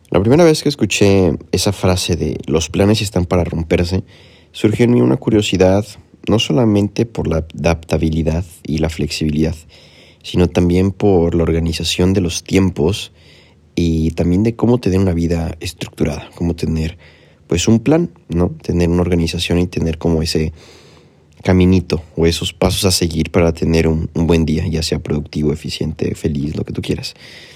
La primera vez que escuché esa frase de los planes están para romperse, surgió en mí una curiosidad, no solamente por la adaptabilidad y la flexibilidad, sino también por la organización de los tiempos y también de cómo tener una vida estructurada, cómo tener pues un plan, ¿no? Tener una organización y tener como ese caminito o esos pasos a seguir para tener un buen día, ya sea productivo, eficiente, feliz, lo que tú quieras.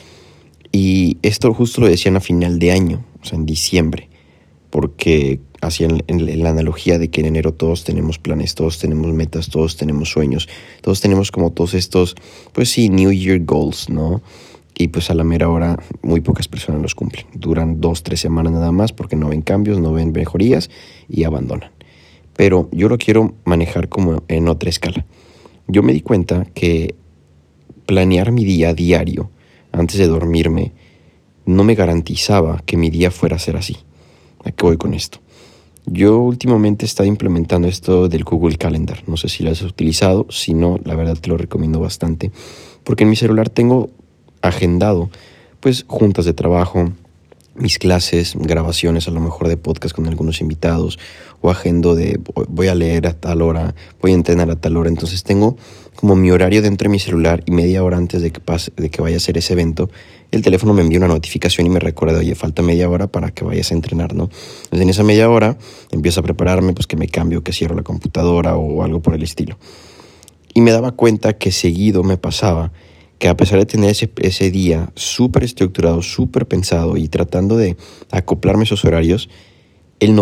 Y esto justo lo decían a final de año, o sea, en diciembre, porque hacían la analogía de que en enero todos tenemos planes, todos tenemos metas, todos tenemos sueños, todos tenemos como todos estos, pues sí, New Year Goals, ¿no? Y pues a la mera hora muy pocas personas los cumplen. Duran 2-3 semanas nada más porque no ven cambios, no ven mejorías y abandonan. Pero yo lo quiero manejar como en otra escala. Yo me di cuenta que planear mi día diario antes de dormirme no me garantizaba que mi día fuera a ser así. ¿A qué voy con esto? Yo últimamente he estado implementando esto del Google Calendar. No sé si lo has utilizado. Si no, la verdad te lo recomiendo bastante. Porque en mi celular tengo agendado pues juntas de trabajo, mis clases, grabaciones a lo mejor de podcast con algunos invitados, o agendo de voy a leer a tal hora, voy a entrenar a tal hora. Entonces tengo como mi horario dentro de mi celular y media hora antes de que vaya a hacer ese evento, el teléfono me envía una notificación y me recuerda, oye, falta media hora para que vayas a entrenar, ¿no? Entonces en esa media hora empiezo a prepararme, pues que me cambio, que cierro la computadora o algo por el estilo. Y me daba cuenta que seguido me pasaba que a pesar de tener ese día súper estructurado, súper pensado y tratando de acoplarme a esos horarios, el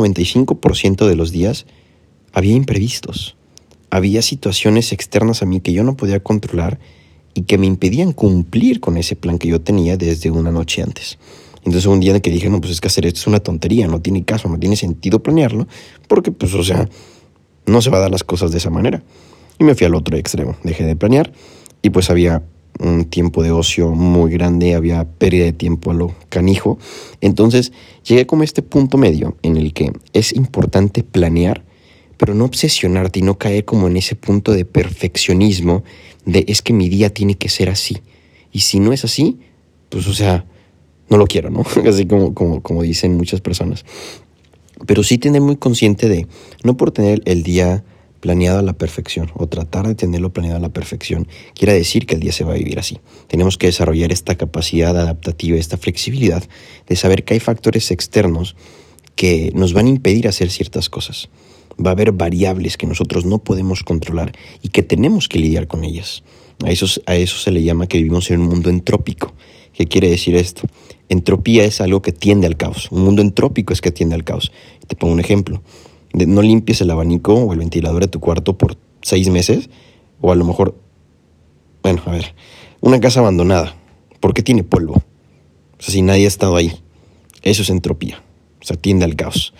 90-95% de los días había imprevistos. Había situaciones externas a mí que yo no podía controlar y que me impedían cumplir con ese plan que yo tenía desde una noche antes. Entonces un día en que dije, no, pues es que hacer esto es una tontería, no tiene caso, no tiene sentido planearlo, porque pues, o sea, no se va a dar las cosas de esa manera. Y me fui al otro extremo, dejé de planear y pues había un tiempo de ocio muy grande, había pérdida de tiempo a lo canijo. Entonces llegué como a este punto medio en el que es importante planear, pero no obsesionarte y no caer como en ese punto de perfeccionismo de es que mi día tiene que ser así. Y si no es así, pues o sea, no lo quiero, ¿no? Así como dicen muchas personas. Pero sí tener muy consciente de, no por tener el día planeado a la perfección o tratar de tenerlo planeado a la perfección, quiere decir que el día se va a vivir así. Tenemos que desarrollar esta capacidad adaptativa, esta flexibilidad de saber que hay factores externos que nos van a impedir hacer ciertas cosas. Va a haber variables que nosotros no podemos controlar y que tenemos que lidiar con ellas. A eso se le llama que vivimos en un mundo entrópico. ¿Qué quiere decir esto? Entropía es algo que tiende al caos. Un mundo entrópico es que tiende al caos. Te pongo un ejemplo. No limpies el abanico o el ventilador de tu cuarto por 6 meses. O a lo mejor, bueno, a ver, una casa abandonada. ¿Por qué tiene polvo? O sea, si nadie ha estado ahí. Eso es entropía. O sea, tiende al caos.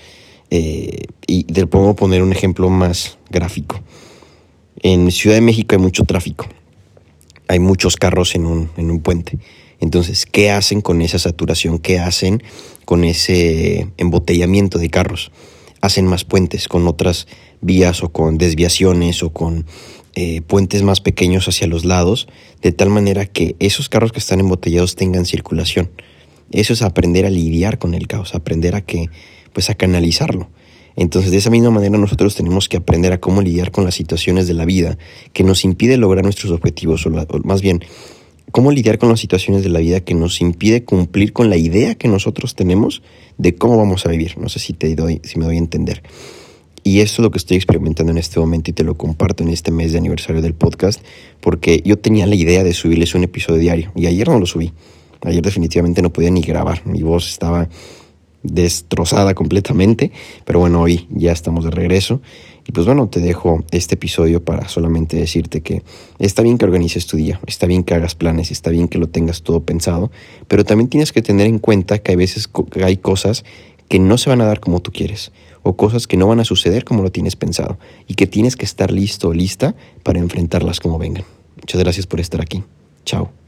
Y te puedo poner un ejemplo más gráfico. En Ciudad de México hay mucho tráfico. Hay muchos carros en un puente. Entonces, ¿qué hacen con esa saturación? ¿Qué hacen con ese embotellamiento de carros? Hacen más puentes con otras vías o con desviaciones o con puentes más pequeños hacia los lados, de tal manera que esos carros que están embotellados tengan circulación. Eso es aprender a lidiar con el caos, aprender a canalizarlo. Entonces, de esa misma manera nosotros tenemos que aprender a cómo lidiar con las situaciones de la vida que nos impide lograr nuestros objetivos, o más bien, cómo lidiar con las situaciones de la vida que nos impide cumplir con la idea que nosotros tenemos de cómo vamos a vivir. No sé si me doy a entender. Y esto es lo que estoy experimentando en este momento y te lo comparto en este mes de aniversario del podcast, porque yo tenía la idea de subirles un episodio diario y ayer no lo subí. Ayer definitivamente no podía ni grabar, mi voz estaba destrozada completamente, pero bueno, hoy ya estamos de regreso y pues bueno, te dejo este episodio para solamente decirte que está bien que organices tu día, está bien que hagas planes, está bien que lo tengas todo pensado, pero también tienes que tener en cuenta que a veces hay cosas que no se van a dar como tú quieres o cosas que no van a suceder como lo tienes pensado y que tienes que estar listo o lista para enfrentarlas como vengan. Muchas gracias por estar aquí. Chao.